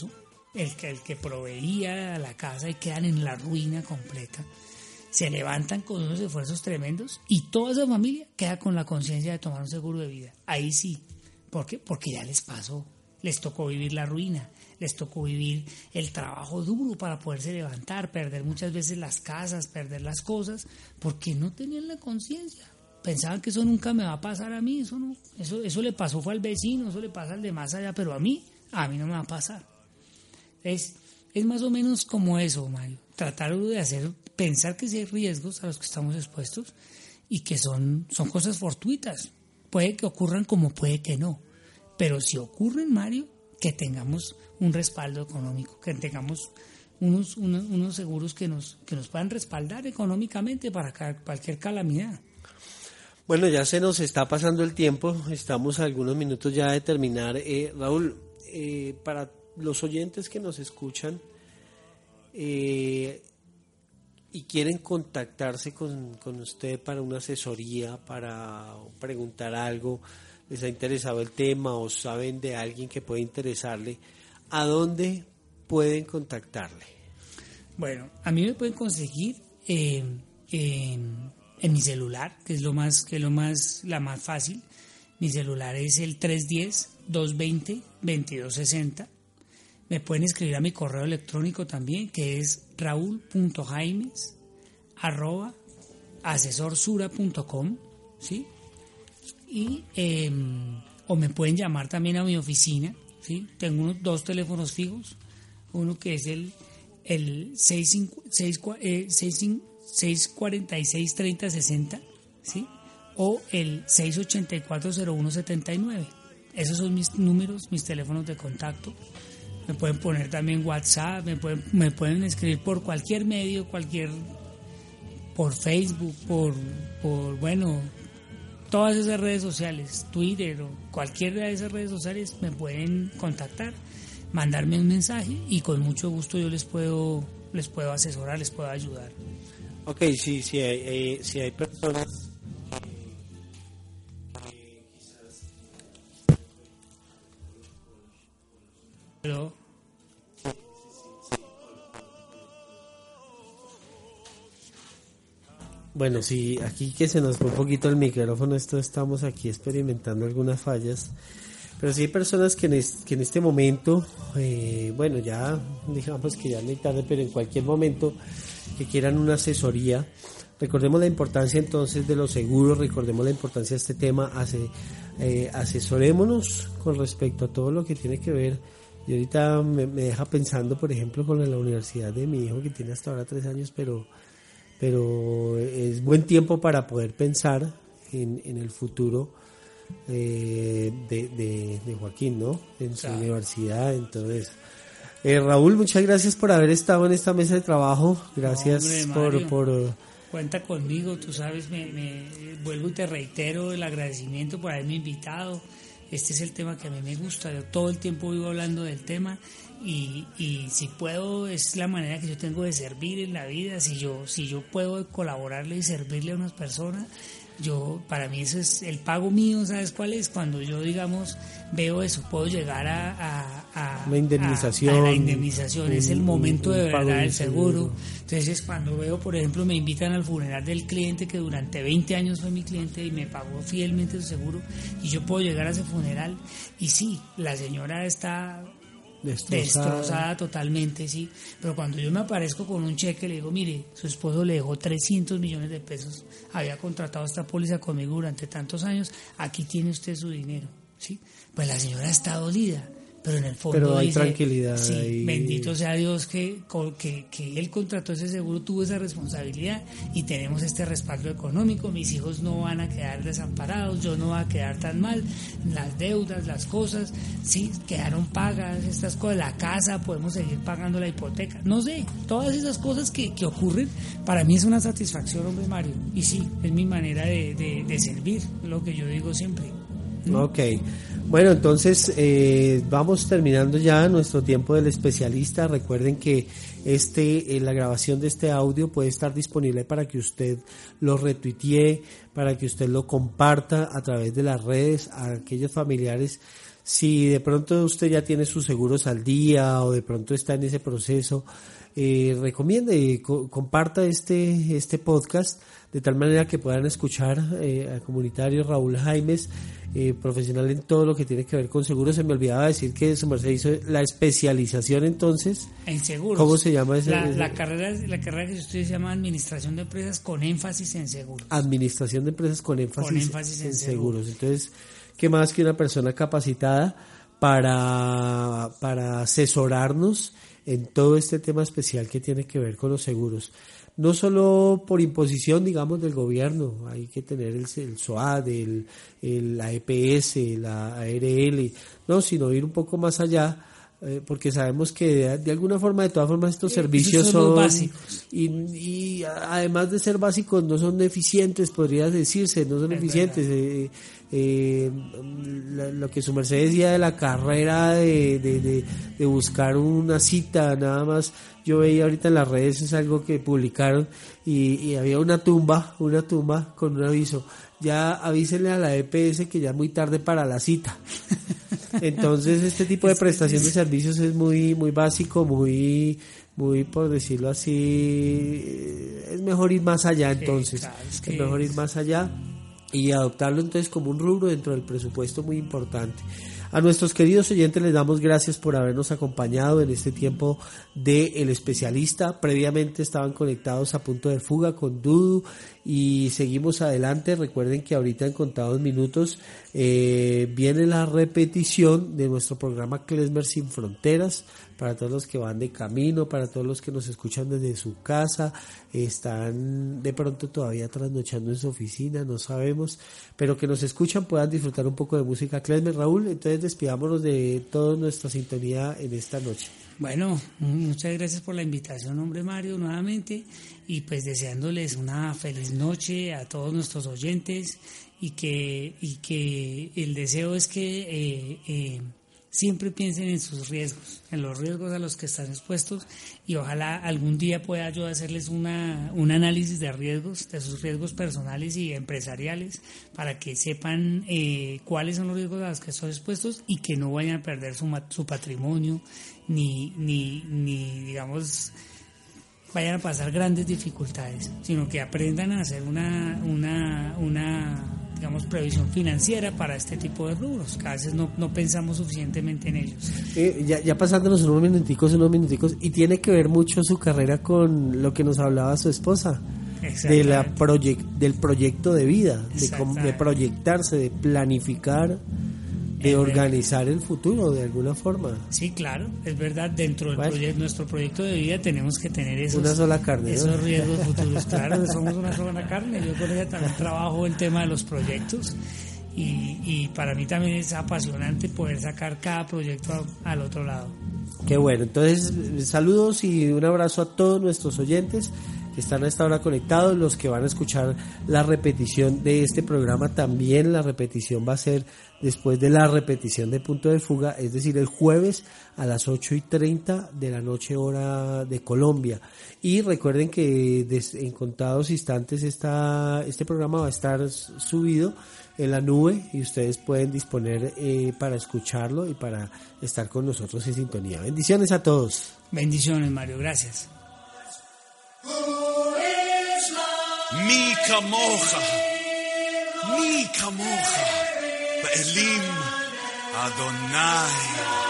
el que, el que proveía a la casa y quedan en la ruina completa. Se levantan con unos esfuerzos tremendos y toda esa familia queda con la conciencia de tomar un seguro de vida. Ahí sí. ¿Por qué? Porque ya les pasó. Les tocó vivir la ruina, les tocó vivir el trabajo duro para poderse levantar, perder muchas veces las casas, perder las cosas, porque no tenían la conciencia. Pensaban que eso nunca me va a pasar a mí, eso no, eso, eso le pasó fue al vecino, eso le pasa al de más allá, pero a mí, a mí no me va a pasar. Es, es más o menos como eso, Mario. Tratar de hacer, pensar que sí hay riesgos a los que estamos expuestos y que son, son cosas fortuitas. Puede que ocurran como puede que no. Pero si ocurren, Mario, que tengamos un respaldo económico, que tengamos unos, unos, unos seguros que nos, que nos puedan respaldar económicamente para cualquier calamidad. Bueno, ya se nos está pasando el tiempo, estamos a algunos minutos ya de terminar. Eh, Raúl, eh, para los oyentes que nos escuchan eh, y quieren contactarse con, con usted para una asesoría, para preguntar algo, les ha interesado el tema o saben de alguien que puede interesarle, ¿a dónde pueden contactarle? Bueno, a mí me pueden conseguir eh, eh, en mi celular, que es lo más, que es lo más, la más fácil. Mi celular es el tres uno cero, dos dos cero, dos dos seis cero. Me pueden escribir a mi correo electrónico también, que es raúl punto jaimes arroba asesorsura punto com, ¿sí? Y eh, o me pueden llamar también a mi oficina, ¿sí? Tengo unos dos teléfonos fijos, uno que es el el seis cuatro seis, treinta, sesenta, ¿sí? O el seis ocho cuatro, cero uno siete nueve. Esos son mis números, mis teléfonos de contacto. Me pueden poner también WhatsApp, me pueden, me pueden escribir por cualquier medio, cualquier, por Facebook, por, por bueno, todas esas redes sociales, Twitter o cualquiera de esas redes sociales, me pueden contactar, mandarme un mensaje y con mucho gusto yo les puedo, les puedo asesorar, les puedo ayudar. Ok, sí, sí hay, eh, sí hay personas que quizás... Pero, Bueno, sí, aquí que se nos fue un poquito el micrófono, esto estamos aquí experimentando algunas fallas, pero sí hay personas que en, es, que en este momento, eh, bueno, ya digamos que ya no hay tarde, pero en cualquier momento que quieran una asesoría, recordemos la importancia entonces de los seguros, recordemos la importancia de este tema, hace, eh, asesorémonos con respecto a todo lo que tiene que ver, y ahorita me, me deja pensando, por ejemplo, con la universidad de mi hijo que tiene hasta ahora tres años, pero... pero es buen tiempo para poder pensar en, en el futuro eh, de, de, de Joaquín, ¿no? En su claro. universidad, entonces... Eh, Raúl, muchas gracias por haber estado en esta mesa de trabajo, gracias Hombre, por... Mario, por cuenta conmigo, tú sabes, me, me vuelvo y te reitero el agradecimiento por haberme invitado. Este es el tema que a mí me gusta, yo todo el tiempo vivo hablando del tema. Y, y si puedo, es la manera que yo tengo de servir en la vida. Si yo si yo puedo colaborarle y servirle a unas personas, yo para mí eso es el pago mío. ¿Sabes cuál es? Cuando yo, digamos, veo eso, puedo llegar a, a, a la indemnización, a, a la indemnización, un, es el momento de verdad del seguro. seguro. Entonces cuando veo, por ejemplo, me invitan al funeral del cliente que durante veinte años fue mi cliente y me pagó fielmente su seguro, y yo puedo llegar a ese funeral y sí, la señora está destrozada. destrozada totalmente, sí, pero cuando yo me aparezco con un cheque le digo, mire, su esposo le dejó trescientos millones de pesos, había contratado esta póliza conmigo durante tantos años, aquí tiene usted su dinero, sí, pues la señora está dolida, pero en el fondo pero hay dice, tranquilidad, sí, hay... bendito sea Dios que, que, que él contrató ese seguro, tuvo esa responsabilidad y tenemos este respaldo económico, mis hijos no van a quedar desamparados, yo no voy a quedar tan mal, las deudas, las cosas, sí, quedaron pagas, estas cosas, la casa, podemos seguir pagando la hipoteca, no sé, todas esas cosas que, que ocurren, para mí es una satisfacción, hombre Mario, y sí, es mi manera de, de, de servir, lo que yo digo siempre. Ok, bueno, entonces eh, vamos terminando ya nuestro tiempo del especialista. Recuerden que este eh, la grabación de este audio puede estar disponible para que usted lo retuitee, para que usted lo comparta a través de las redes a aquellos familiares. Si de pronto usted ya tiene sus seguros al día o de pronto está en ese proceso, eh, recomiende, co- comparta este, este podcast de tal manera que puedan escuchar eh, al comunitario Raúl Jaimes, eh, profesional en todo lo que tiene que ver con seguros. Se me olvidaba decir que su merced hizo la especialización entonces. En seguros. ¿Cómo se llama ese? La, ese? la carrera la carrera que usted se llama Administración de Empresas con énfasis en seguros. Administración de empresas con énfasis, Con énfasis en en seguros. seguros. Entonces, ¿qué más que una persona capacitada para, para asesorarnos en todo este tema especial que tiene que ver con los seguros? No solo por imposición, digamos, del gobierno, hay que tener el, el S O A D, el, el, la E P S, la A R L, no, sino ir un poco más allá, eh, porque sabemos que de, de alguna forma, de todas formas, estos Sí, servicios esos son los son, básicos. y, y además de ser básicos, no son eficientes, podría decirse, no son Es eficientes. Eh, eh, la- lo que su merced decía de la carrera de, de, de, de buscar una cita, nada más. Yo veía ahorita en las redes, es algo que publicaron, y, y había una tumba, una tumba con un aviso: ya avísenle a la E P S que ya es muy tarde para la cita. Entonces este tipo de prestación de servicios es muy muy básico, muy muy por decirlo así, es mejor ir más allá. Entonces claro, es es, que mejor ir es- más allá y adoptarlo entonces como un rubro dentro del presupuesto muy importante. A nuestros queridos oyentes les damos gracias por habernos acompañado en este tiempo de El Especialista. Previamente estaban conectados a Punto de Fuga con Dudu y seguimos adelante. Recuerden que ahorita en contados minutos eh, viene la repetición de nuestro programa Klezmer Sin Fronteras, para todos los que van de camino, para todos los que nos escuchan desde su casa, están de pronto todavía trasnochando en su oficina, no sabemos, pero que nos escuchan puedan disfrutar un poco de música Klezmer. Raúl, entonces despidámonos de toda nuestra sintonía en esta noche. Bueno, muchas gracias por la invitación, hombre Mario, nuevamente, y pues deseándoles una feliz noche a todos nuestros oyentes, y que y que el deseo es que eh, eh, siempre piensen en sus riesgos, en los riesgos a los que están expuestos, y ojalá algún día pueda yo hacerles una un análisis de riesgos, de sus riesgos personales y empresariales, para que sepan eh, cuáles son los riesgos a los que están expuestos y que no vayan a perder su, ma- su patrimonio, ni, ni, ni digamos vayan a pasar grandes dificultades, sino que aprendan a hacer una, una, una digamos, previsión financiera para este tipo de rubros, que a veces no, no pensamos suficientemente en ellos. Eh, ya, ya pasándonos unos minuticos, unos minuticos, y tiene que ver mucho su carrera con lo que nos hablaba su esposa, de la Exactamente. proyec- del proyecto de vida, de, cómo- de Exactamente. proyectarse, de planificar, de Es organizar el futuro de alguna forma. Sí, claro, es verdad, dentro del Bueno. proyecto, nuestro proyecto de vida tenemos que tener esos, Una sola carne, ¿no? esos riesgos futuros. Claro, somos una sola carne. Yo con ella también trabajo el tema de los proyectos, y, y para mí también es apasionante poder sacar cada proyecto a- al otro lado. Qué bueno, entonces saludos y un abrazo a todos nuestros oyentes que están a esta hora conectados, los que van a escuchar la repetición de este programa. También la repetición va a ser después de la repetición de Punto de Fuga, es decir, el jueves a las ocho y treinta de la noche, hora de Colombia. Y recuerden que des- en contados instantes esta, este programa va a estar s- subido en la nube y ustedes pueden disponer eh, para escucharlo y para estar con nosotros en sintonía. Bendiciones a todos. Bendiciones, Mario, gracias. מי כמוך, מי כמוך, באלים אדוני.